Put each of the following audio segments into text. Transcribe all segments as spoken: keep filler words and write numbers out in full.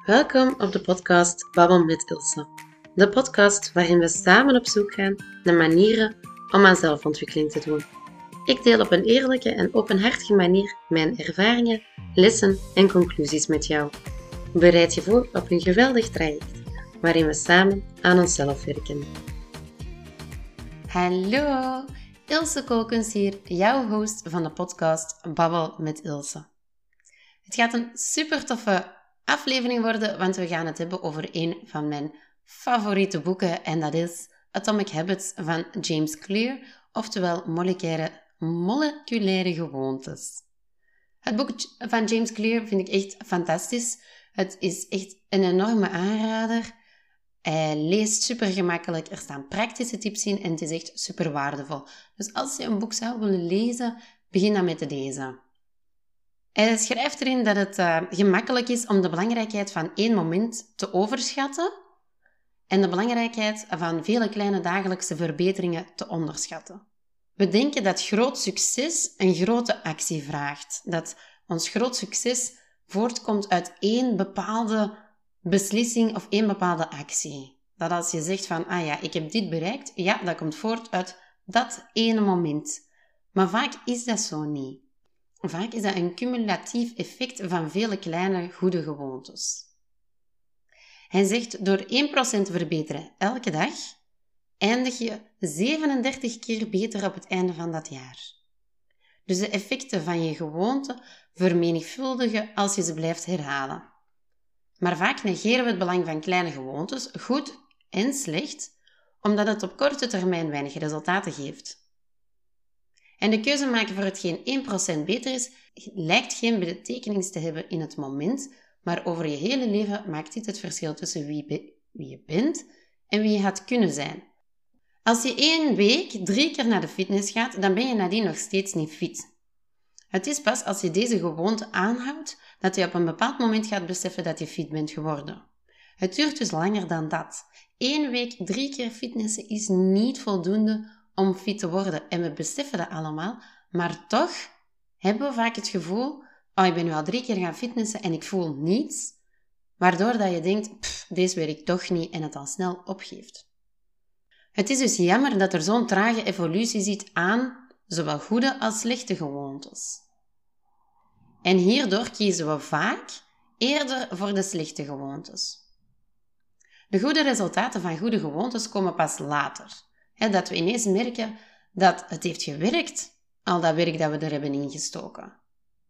Welkom op de podcast Babbel met Ilse. De podcast waarin we samen op zoek gaan naar manieren om aan zelfontwikkeling te doen. Ik deel op een eerlijke en openhartige manier mijn ervaringen, lessen en conclusies met jou. Bereid je voor op een geweldig traject waarin we samen aan onszelf werken. Hallo, Ilse Kokens hier, jouw host van de podcast Babbel met Ilse. Het gaat een super toffe aflevering worden, want we gaan het hebben over een van mijn favoriete boeken en dat is Atomic Habits van James Clear, oftewel moleculaire, moleculaire gewoontes. Het boek van James Clear vind ik echt fantastisch. Het is echt een enorme aanrader. Hij leest super gemakkelijk, er staan praktische tips in en het is echt super waardevol. Dus als je een boek zou willen lezen, begin dan met deze. Hij schrijft erin dat het uh, gemakkelijk is om de belangrijkheid van één moment te overschatten en de belangrijkheid van vele kleine dagelijkse verbeteringen te onderschatten. We denken dat groot succes een grote actie vraagt. Dat ons groot succes voortkomt uit één bepaalde beslissing of één bepaalde actie. Dat als je zegt van, ah ja, ik heb dit bereikt, ja, dat komt voort uit dat ene moment. Maar vaak is dat zo niet. Vaak is dat een cumulatief effect van vele kleine goede gewoontes. Hij zegt, door één procent verbeteren elke dag, eindig je zevenendertig keer beter op het einde van dat jaar. Dus de effecten van je gewoonte vermenigvuldigen als je ze blijft herhalen. Maar vaak negeren we het belang van kleine gewoontes, goed en slecht, omdat het op korte termijn weinig resultaten geeft. En de keuze maken voor hetgeen één procent beter is, lijkt geen betekenis te hebben in het moment, maar over je hele leven maakt dit het verschil tussen wie, be- wie je bent en wie je had kunnen zijn. Als je één week drie keer naar de fitness gaat, dan ben je nadien nog steeds niet fit. Het is pas als je deze gewoonte aanhoudt, dat je op een bepaald moment gaat beseffen dat je fit bent geworden. Het duurt dus langer dan dat. Eén week drie keer fitnessen is niet voldoende om fit te worden. En we beseffen dat allemaal, maar toch hebben we vaak het gevoel, oh, ik ben nu al drie keer gaan fitnessen en ik voel niets, waardoor dat je denkt, pff, deze werkt toch niet en het al snel opgeeft. Het is dus jammer dat er zo'n trage evolutie zit aan zowel goede als slechte gewoontes. En hierdoor kiezen we vaak eerder voor de slechte gewoontes. De goede resultaten van goede gewoontes komen pas later. He, dat we ineens merken dat het heeft gewerkt, al dat werk dat we er hebben ingestoken.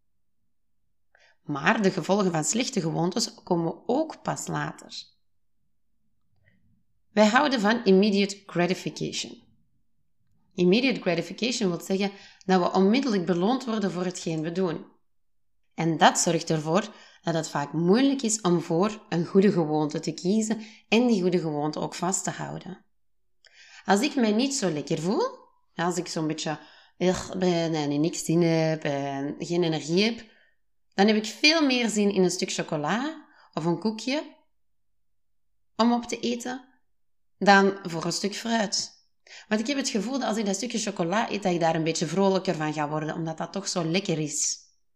Maar de gevolgen van slechte gewoontes komen ook pas later. Wij houden van immediate gratification. Immediate gratification wil zeggen dat we onmiddellijk beloond worden voor hetgeen we doen. En dat zorgt ervoor dat het vaak moeilijk is om voor een goede gewoonte te kiezen en die goede gewoonte ook vast te houden. Als ik mij niet zo lekker voel, als ik zo'n beetje ben en niks zin heb en geen energie heb, dan heb ik veel meer zin in een stuk chocola of een koekje om op te eten dan voor een stuk fruit. Want ik heb het gevoel dat als ik dat stukje chocola eet, dat ik daar een beetje vrolijker van ga worden, omdat dat toch zo lekker is.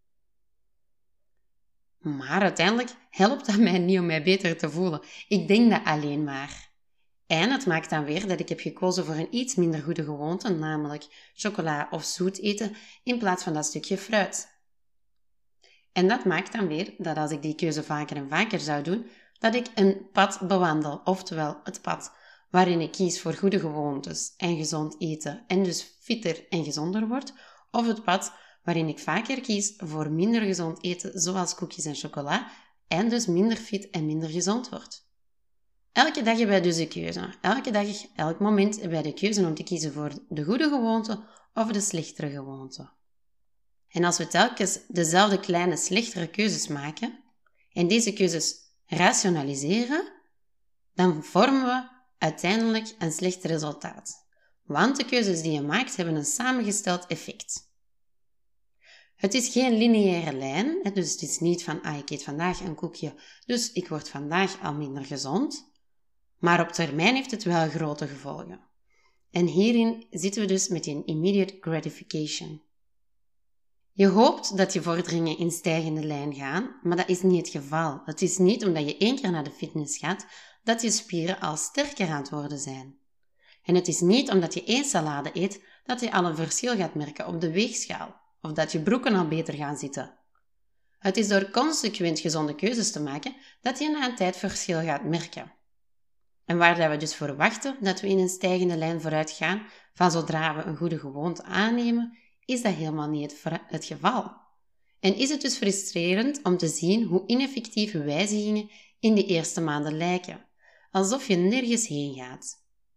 Maar uiteindelijk helpt dat mij niet om mij beter te voelen. Ik denk dat alleen maar. En het maakt dan weer dat ik heb gekozen voor een iets minder goede gewoonte, namelijk chocola of zoet eten, in plaats van dat stukje fruit. En dat maakt dan weer dat als ik die keuze vaker en vaker zou doen, dat ik een pad bewandel, oftewel het pad waarin ik kies voor goede gewoontes en gezond eten en dus fitter en gezonder word, of het pad waarin ik vaker kies voor minder gezond eten, zoals koekjes en chocola, en dus minder fit en minder gezond word. Elke dag hebben wij dus de keuze. Elke dag, elk moment hebben wij de keuze om te kiezen voor de goede gewoonte of de slechtere gewoonte. En als we telkens dezelfde kleine, slechtere keuzes maken en deze keuzes rationaliseren, dan vormen we uiteindelijk een slecht resultaat. Want de keuzes die je maakt hebben een samengesteld effect. Het is geen lineaire lijn, dus het is niet van, ah, ik eet vandaag een koekje, dus ik word vandaag al minder gezond. Maar op termijn heeft het wel grote gevolgen. En hierin zitten we dus met een immediate gratification. Je hoopt dat je vorderingen in stijgende lijn gaan, maar dat is niet het geval. Het is niet omdat je één keer naar de fitness gaat, dat je spieren al sterker aan het worden zijn. En het is niet omdat je één salade eet, dat je al een verschil gaat merken op de weegschaal, of dat je broeken al beter gaan zitten. Het is door consequent gezonde keuzes te maken, dat je na een tijd verschil gaat merken. En waar we dus verwachten dat we in een stijgende lijn vooruit gaan, van zodra we een goede gewoonte aannemen, is dat helemaal niet het geval. En is het dus frustrerend om te zien hoe ineffectieve wijzigingen in de eerste maanden lijken, alsof je nergens heen gaat.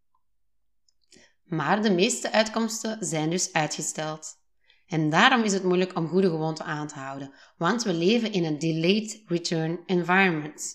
Maar de meeste uitkomsten zijn dus uitgesteld. En daarom is het moeilijk om goede gewoonten aan te houden, want we leven in een delayed return environment.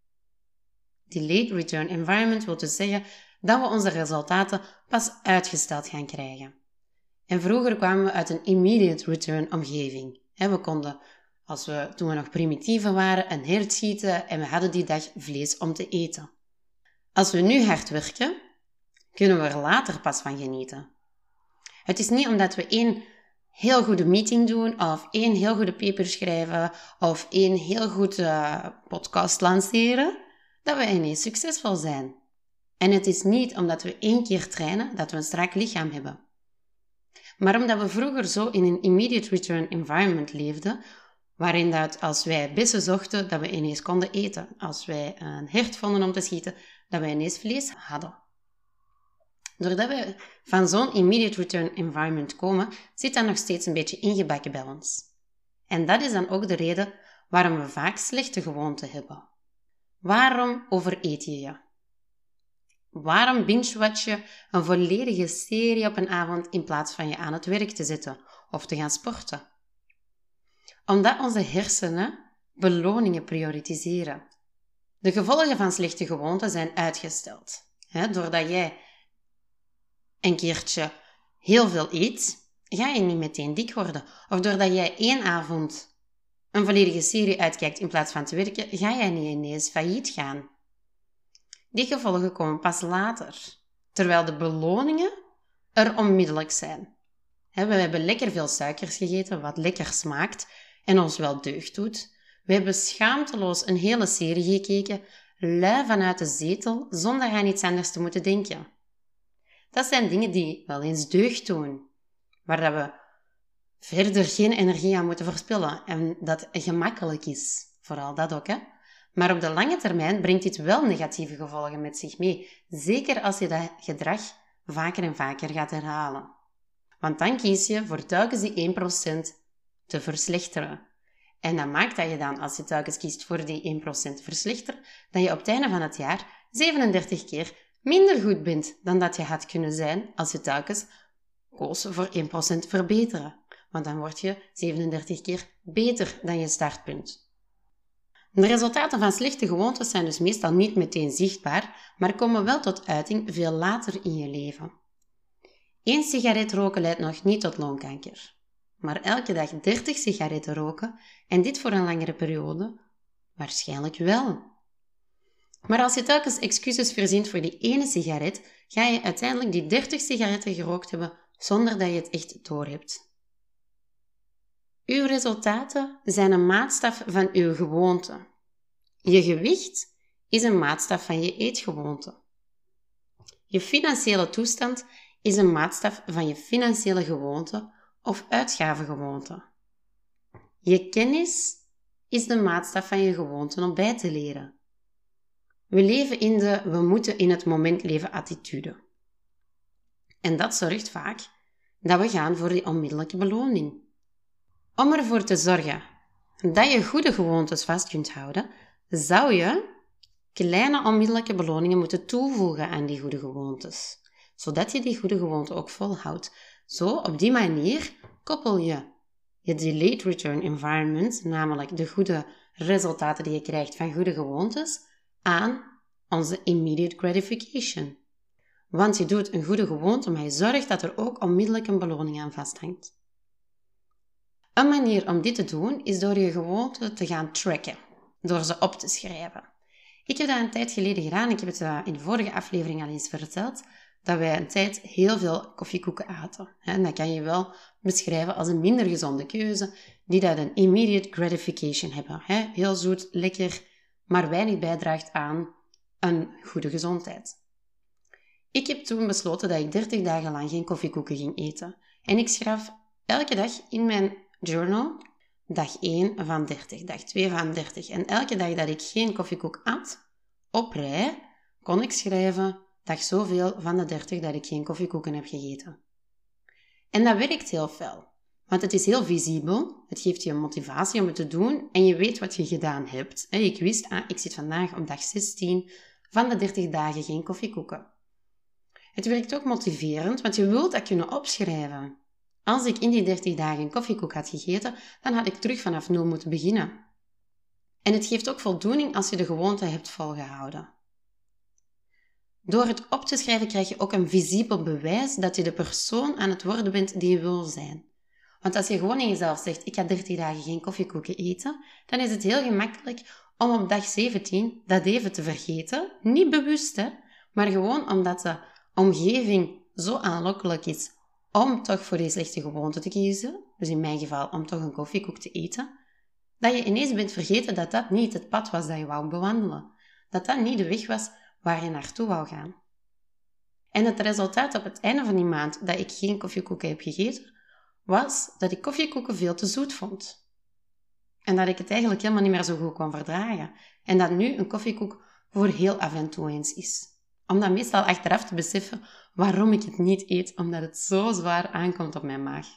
Delayed return environment wil dus zeggen dat we onze resultaten pas uitgesteld gaan krijgen. En vroeger kwamen we uit een immediate return omgeving. We konden, als we, toen we nog primitieven waren, een hert schieten en we hadden die dag vlees om te eten. Als we nu hard werken, kunnen we er later pas van genieten. Het is niet omdat we één heel goede meeting doen, of één heel goede paper schrijven, of één heel goede podcast lanceren, dat we ineens succesvol zijn. En het is niet omdat we één keer trainen, dat we een strak lichaam hebben. Maar omdat we vroeger zo in een immediate return environment leefden, waarin dat als wij bessen zochten, dat we ineens konden eten. Als wij een hert vonden om te schieten, dat we ineens vlees hadden. Doordat we van zo'n immediate return environment komen, zit dat nog steeds een beetje ingebakken bij ons. En dat is dan ook de reden waarom we vaak slechte gewoonten hebben. Waarom overeet je je? Waarom binge-watch je een volledige serie op een avond in plaats van je aan het werk te zetten of te gaan sporten? Omdat onze hersenen beloningen prioritiseren. De gevolgen van slechte gewoonten zijn uitgesteld. He, doordat jij een keertje heel veel eet, ga je niet meteen dik worden. Of doordat jij één avond een volledige serie uitkijkt in plaats van te werken, ga jij niet ineens failliet gaan. Die gevolgen komen pas later, terwijl de beloningen er onmiddellijk zijn. We hebben lekker veel suikers gegeten, wat lekker smaakt en ons wel deugd doet. We hebben schaamteloos een hele serie gekeken, lui vanuit de zetel, zonder aan iets anders te moeten denken. Dat zijn dingen die wel eens deugd doen, waar dat we verder geen energie aan moeten verspillen en dat gemakkelijk is. Vooral dat ook, hè. Maar op de lange termijn brengt dit wel negatieve gevolgen met zich mee, zeker als je dat gedrag vaker en vaker gaat herhalen. Want dan kies je voor telkens die één procent te verslechteren. En dat maakt dat je dan, als je telkens kiest voor die één procent verslechteren, dat je op het einde van het jaar zevenendertig keer minder goed bent dan dat je had kunnen zijn als je telkens koos voor één procent verbeteren. Want dan word je zevenendertig keer beter dan je startpunt. De resultaten van slechte gewoontes zijn dus meestal niet meteen zichtbaar, maar komen wel tot uiting veel later in je leven. Eén sigaret roken leidt nog niet tot longkanker. Maar elke dag dertig sigaretten roken, en dit voor een langere periode, waarschijnlijk wel. Maar als je telkens excuses verzint voor die ene sigaret, ga je uiteindelijk die dertig sigaretten gerookt hebben zonder dat je het echt doorhebt. Uw resultaten zijn een maatstaf van uw gewoonte. Je gewicht is een maatstaf van je eetgewoonte. Je financiële toestand is een maatstaf van je financiële gewoonte of uitgavengewoonte. Je kennis is de maatstaf van je gewoonten om bij te leren. We leven in de we moeten in het moment leven attitude. En dat zorgt vaak dat we gaan voor die onmiddellijke beloning. Om ervoor te zorgen dat je goede gewoontes vast kunt houden, zou je kleine onmiddellijke beloningen moeten toevoegen aan die goede gewoontes, zodat je die goede gewoonte ook volhoudt. Zo, op die manier koppel je je delayed return environment, namelijk de goede resultaten die je krijgt van goede gewoontes, aan onze immediate gratification. Want je doet een goede gewoonte, maar je zorgt dat er ook onmiddellijk een beloning aan vasthangt. Een manier om dit te doen is door je gewoonten te gaan tracken, door ze op te schrijven. Ik heb dat een tijd geleden gedaan, ik heb het in de vorige aflevering al eens verteld, dat wij een tijd heel veel koffiekoeken aten. En dat kan je wel beschrijven als een minder gezonde keuze, die dat een immediate gratification hebben. Heel zoet, lekker, maar weinig bijdraagt aan een goede gezondheid. Ik heb toen besloten dat ik dertig dagen lang geen koffiekoeken ging eten. En ik schreef elke dag in mijn journal dag één van dertig, dag twee van dertig. En elke dag dat ik geen koffiekoek at, op rij, kon ik schrijven dag zoveel van de dertig dat ik geen koffiekoeken heb gegeten. En dat werkt heel fel, want het is heel visibel, het geeft je motivatie om het te doen en je weet wat je gedaan hebt. Ik wist, ah, ik zit vandaag op dag zestien van de dertig dagen geen koffiekoeken. Het werkt ook motiverend, want je wilt dat kunnen opschrijven. Als ik in die dertig dagen een koffiekoek had gegeten, dan had ik terug vanaf nul moeten beginnen. En het geeft ook voldoening als je de gewoonte hebt volgehouden. Door het op te schrijven krijg je ook een visibel bewijs dat je de persoon aan het worden bent die je wil zijn. Want als je gewoon in jezelf zegt, ik ga dertig dagen geen koffiekoeken eten, dan is het heel gemakkelijk om op dag zeventien dat even te vergeten. Niet bewust, hè, maar gewoon omdat de omgeving zo aanlokkelijk is om toch voor die slechte gewoonte te kiezen, dus in mijn geval om toch een koffiekoek te eten, dat je ineens bent vergeten dat dat niet het pad was dat je wou bewandelen. Dat dat niet de weg was waar je naartoe wou gaan. En het resultaat op het einde van die maand dat ik geen koffiekoeken heb gegeten, was dat ik koffiekoeken veel te zoet vond. En dat ik het eigenlijk helemaal niet meer zo goed kon verdragen. En dat nu een koffiekoek voor heel af en toe eens is. Om dan meestal achteraf te beseffen waarom ik het niet eet, omdat het zo zwaar aankomt op mijn maag.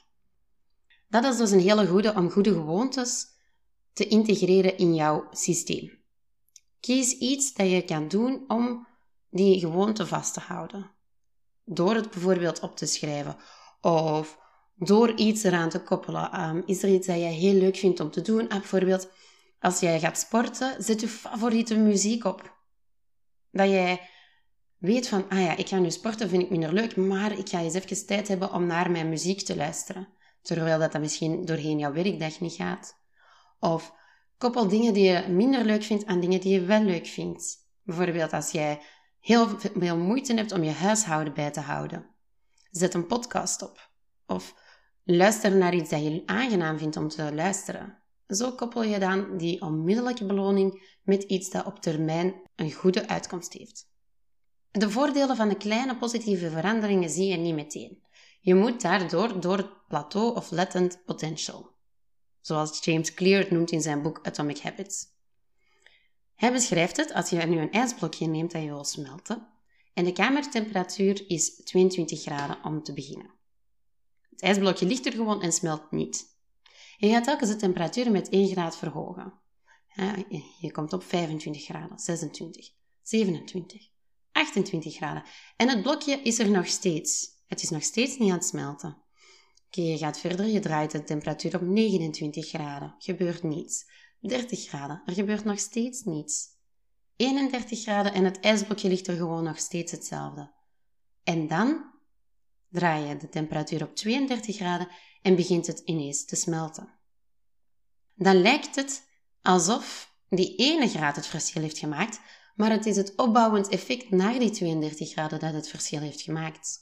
Dat is dus een hele goede om goede gewoontes te integreren in jouw systeem. Kies iets dat je kan doen om die gewoonte vast te houden. Door het bijvoorbeeld op te schrijven of door iets eraan te koppelen. Um, is er iets dat je heel leuk vindt om te doen? Ah, bijvoorbeeld, als jij gaat sporten, zet je favoriete muziek op. Dat jij weet van, ah ja, ik ga nu sporten, vind ik minder leuk, maar ik ga eens even tijd hebben om naar mijn muziek te luisteren. Terwijl dat, dat misschien doorheen jouw werkdag niet gaat. Of koppel dingen die je minder leuk vindt aan dingen die je wel leuk vindt. Bijvoorbeeld als jij heel veel moeite hebt om je huishouden bij te houden. Zet een podcast op. Of luister naar iets dat je aangenaam vindt om te luisteren. Zo koppel je dan die onmiddellijke beloning met iets dat op termijn een goede uitkomst heeft. De voordelen van de kleine positieve veranderingen zie je niet meteen. Je moet daardoor door het plateau of latent potential. Zoals James Clear het noemt in zijn boek Atomic Habits. Hij beschrijft het als je nu een ijsblokje neemt dat je wil smelten en de kamertemperatuur is tweeëntwintig graden om te beginnen. Het ijsblokje ligt er gewoon en smelt niet. Je gaat telkens de temperatuur met één graad verhogen. Je komt op vijfentwintig graden, zesentwintig, zevenentwintig, achtentwintig graden. En het blokje is er nog steeds. Het is nog steeds niet aan het smelten. Oké, je gaat verder, je draait de temperatuur op negenentwintig graden. Gebeurt niets. dertig graden, er gebeurt nog steeds niets. eenendertig graden en het ijsblokje ligt er gewoon nog steeds hetzelfde. En dan draai je de temperatuur op tweeëndertig graden en begint het ineens te smelten. Dan lijkt het alsof die ene graad het verschil heeft gemaakt, maar het is het opbouwend effect naar die tweeëndertig graden dat het verschil heeft gemaakt.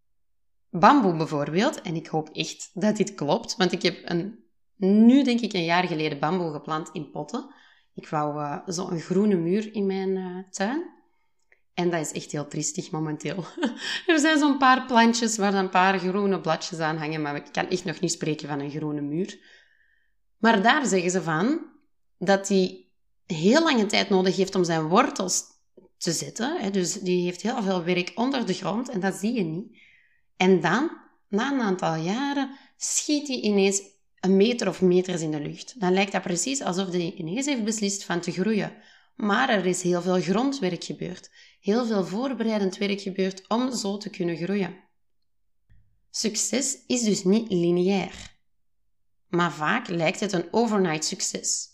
Bamboe bijvoorbeeld, en ik hoop echt dat dit klopt, want ik heb een, nu denk ik een jaar geleden bamboe geplant in potten. Ik wou uh, zo'n groene muur in mijn uh, tuin. En dat is echt heel triestig momenteel. Er zijn zo'n paar plantjes waar dan een paar groene bladjes aan hangen, maar ik kan echt nog niet spreken van een groene muur. Maar daar zeggen ze van dat die heel lange tijd nodig heeft om zijn wortels te zetten. Dus die heeft heel veel werk onder de grond en dat zie je niet. En dan, na een aantal jaren, schiet hij ineens een meter of meters in de lucht. Dan lijkt dat precies alsof hij ineens heeft beslist van te groeien. Maar er is heel veel grondwerk gebeurd. Heel veel voorbereidend werk gebeurd om zo te kunnen groeien. Succes is dus niet lineair. Maar vaak lijkt het een overnight succes.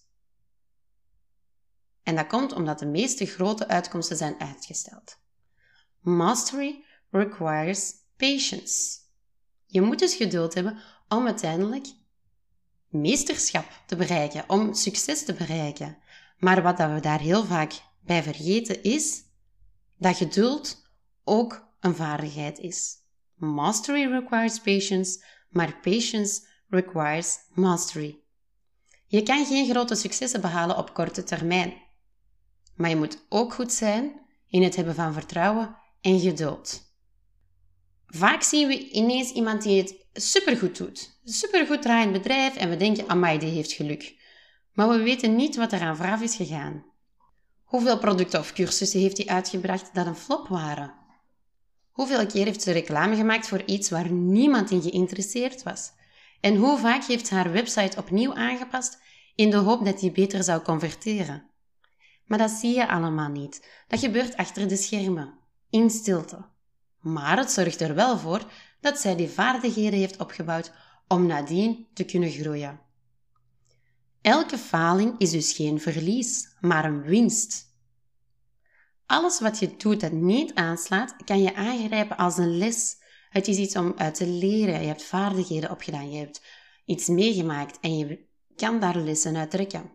En dat komt omdat de meeste grote uitkomsten zijn uitgesteld. Mastery requires patience. Je moet dus geduld hebben om uiteindelijk meesterschap te bereiken, om succes te bereiken. Maar wat we daar heel vaak bij vergeten is dat geduld ook een vaardigheid is. Mastery requires patience, maar patience requires mastery. Je kan geen grote successen behalen op korte termijn. Maar je moet ook goed zijn in het hebben van vertrouwen en geduld. Vaak zien we ineens iemand die het supergoed doet. Een supergoed draaiend bedrijf en we denken, amai, die heeft geluk. Maar we weten niet wat er aan vooraf is gegaan. Hoeveel producten of cursussen heeft hij uitgebracht dat een flop waren? Hoeveel keer heeft ze reclame gemaakt voor iets waar niemand in geïnteresseerd was? En hoe vaak heeft ze haar website opnieuw aangepast in de hoop dat die beter zou converteren? Maar dat zie je allemaal niet. Dat gebeurt achter de schermen, in stilte. Maar het zorgt er wel voor dat zij die vaardigheden heeft opgebouwd om nadien te kunnen groeien. Elke faling is dus geen verlies, maar een winst. Alles wat je doet dat niet aanslaat, kan je aangrijpen als een les. Het is iets om uit te leren. Je hebt vaardigheden opgedaan, je hebt iets meegemaakt en je kan daar lessen uit trekken.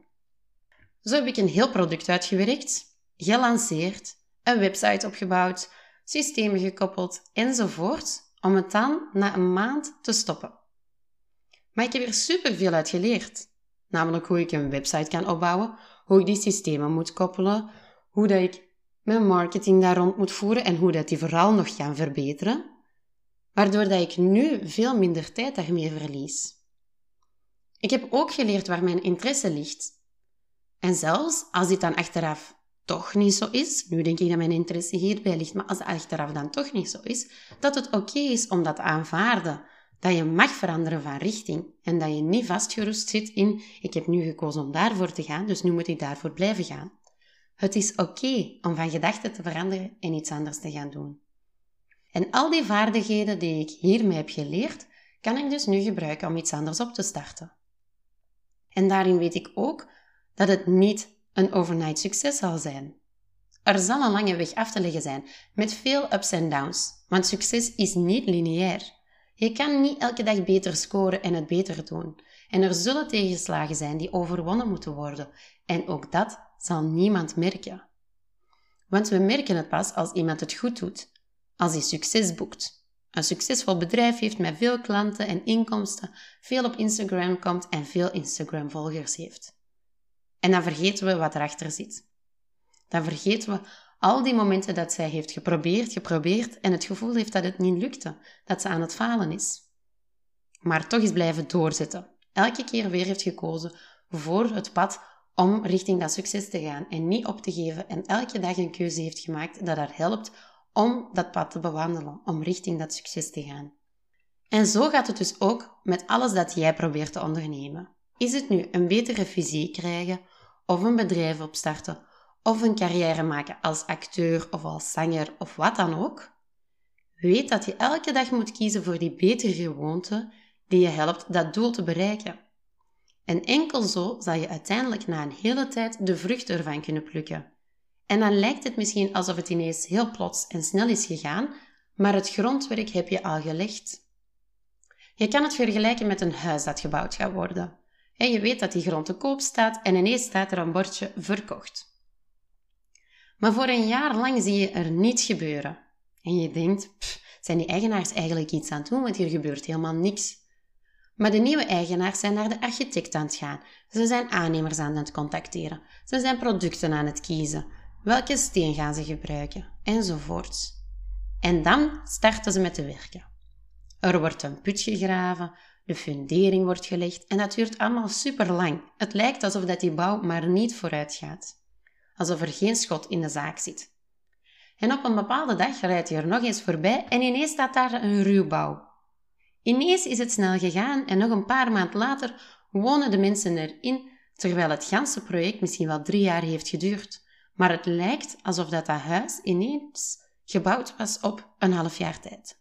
Zo heb ik een heel product uitgewerkt, gelanceerd, een website opgebouwd, systemen gekoppeld enzovoort, om het dan na een maand te stoppen. Maar ik heb er superveel uit geleerd. Namelijk hoe ik een website kan opbouwen, hoe ik die systemen moet koppelen, hoe dat ik mijn marketing daar rond moet voeren en hoe dat die vooral nog kan verbeteren, waardoor dat ik nu veel minder tijd daarmee verlies. Ik heb ook geleerd waar mijn interesse ligt. En zelfs als dit dan achteraf toch niet zo is, nu denk ik dat mijn interesse hierbij ligt, maar als het achteraf dan toch niet zo is, dat het oké is om dat te aanvaarden. Dat je mag veranderen van richting en dat je niet vastgeroest zit in ik heb nu gekozen om daarvoor te gaan, dus nu moet ik daarvoor blijven gaan. Het is oké om van gedachten te veranderen en iets anders te gaan doen. En al die vaardigheden die ik hiermee heb geleerd, kan ik dus nu gebruiken om iets anders op te starten. En daarin weet ik ook dat het niet een overnight succes zal zijn. Er zal een lange weg af te leggen zijn, met veel ups en downs, want succes is niet lineair. Je kan niet elke dag beter scoren en het beter doen. En er zullen tegenslagen zijn die overwonnen moeten worden. En ook dat zal niemand merken. Want we merken het pas als iemand het goed doet, als hij succes boekt. Een succesvol bedrijf heeft met veel klanten en inkomsten, veel op Instagram komt en veel Instagram-volgers heeft. En dan vergeten we wat erachter zit. Dan vergeten we al die momenten dat zij heeft geprobeerd, geprobeerd en het gevoel heeft dat het niet lukte, dat ze aan het falen is. Maar toch is blijven doorzetten. Elke keer weer heeft gekozen voor het pad om richting dat succes te gaan en niet op te geven en elke dag een keuze heeft gemaakt dat haar helpt om dat pad te bewandelen, om richting dat succes te gaan. En zo gaat het dus ook met alles dat jij probeert te ondernemen. Is het nu een betere visie krijgen, of een bedrijf opstarten, of een carrière maken als acteur of als zanger of wat dan ook? Weet dat je elke dag moet kiezen voor die betere gewoonte die je helpt dat doel te bereiken. En enkel zo zal je uiteindelijk na een hele tijd de vruchten ervan kunnen plukken. En dan lijkt het misschien alsof het ineens heel plots en snel is gegaan, maar het grondwerk heb je al gelegd. Je kan het vergelijken met een huis dat gebouwd gaat worden. En je weet dat die grond te koop staat en ineens staat er een bordje verkocht. Maar voor een jaar lang zie je er niets gebeuren. En je denkt, pff, zijn die eigenaars eigenlijk iets aan het doen, want hier gebeurt helemaal niks. Maar de nieuwe eigenaars zijn naar de architect aan het gaan. Ze zijn aannemers aan het contacteren. Ze zijn producten aan het kiezen. Welke steen gaan ze gebruiken? Enzovoorts. En dan starten ze met te werken. Er wordt een put gegraven, de fundering wordt gelegd en dat duurt allemaal super lang. Het lijkt alsof dat die bouw maar niet vooruit gaat. Alsof er geen schot in de zaak zit. En op een bepaalde dag rijdt hij er nog eens voorbij en ineens staat daar een ruwbouw. Ineens is het snel gegaan en nog een paar maanden later wonen de mensen erin, terwijl het ganse project misschien wel drie jaar heeft geduurd. Maar het lijkt alsof dat, dat huis ineens gebouwd was op een half jaar tijd.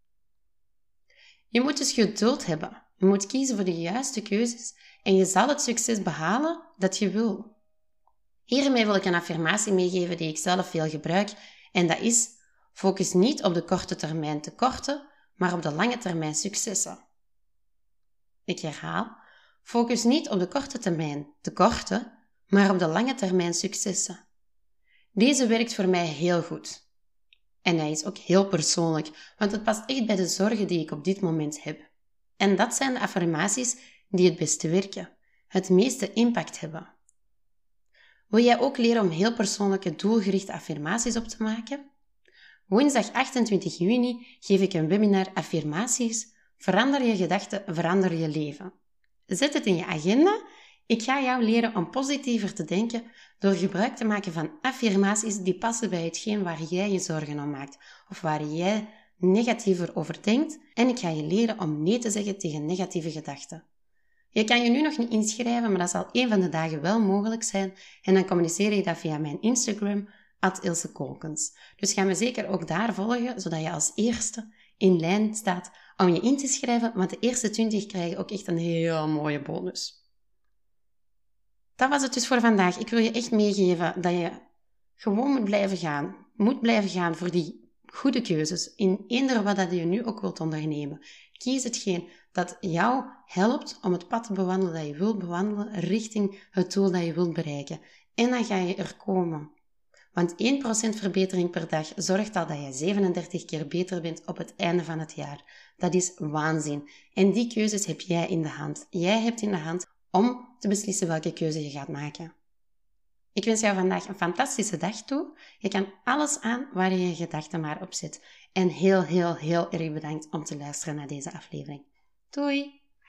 Je moet dus geduld hebben. Je moet kiezen voor de juiste keuzes en je zal het succes behalen dat je wil. Hiermee wil ik een affirmatie meegeven die ik zelf veel gebruik en dat is: focus niet op de korte termijn tekorten, maar op de lange termijn successen. Ik herhaal, focus niet op de korte termijn tekorten, maar op de lange termijn successen. Deze werkt voor mij heel goed. En hij is ook heel persoonlijk, want het past echt bij de zorgen die ik op dit moment heb. En dat zijn de affirmaties die het beste werken, het meeste impact hebben. Wil jij ook leren om heel persoonlijke doelgerichte affirmaties op te maken? Woensdag achtentwintig juni geef ik een webinar Affirmaties. Verander je gedachten, verander je leven. Zet het in je agenda. Ik ga jou leren om positiever te denken door gebruik te maken van affirmaties die passen bij hetgeen waar jij je zorgen om maakt of waar jij negatiever over denkt. En ik ga je leren om nee te zeggen tegen negatieve gedachten. Je kan je nu nog niet inschrijven, maar dat zal één van de dagen wel mogelijk zijn. En dan communiceer je dat via mijn Instagram, at Ilse Kolkens. Dus ga me zeker ook daar volgen, zodat je als eerste in lijn staat om je in te schrijven, want de eerste twintig krijgen ook echt een heel mooie bonus. Dat was het dus voor vandaag. Ik wil je echt meegeven dat je gewoon moet blijven gaan. Moet blijven gaan voor die goede keuzes in eender wat dat je nu ook wilt ondernemen. Kies hetgeen dat jou helpt om het pad te bewandelen dat je wilt bewandelen richting het doel dat je wilt bereiken. En dan ga je er komen. Want één procent verbetering per dag zorgt al dat je zevenendertig keer beter bent op het einde van het jaar. Dat is waanzin. En die keuzes heb jij in de hand. Jij hebt in de hand om te beslissen welke keuze je gaat maken. Ik wens jou vandaag een fantastische dag toe. Je kan alles aan waar je je gedachten maar op zet. En heel, heel, heel erg bedankt om te luisteren naar deze aflevering. Doei!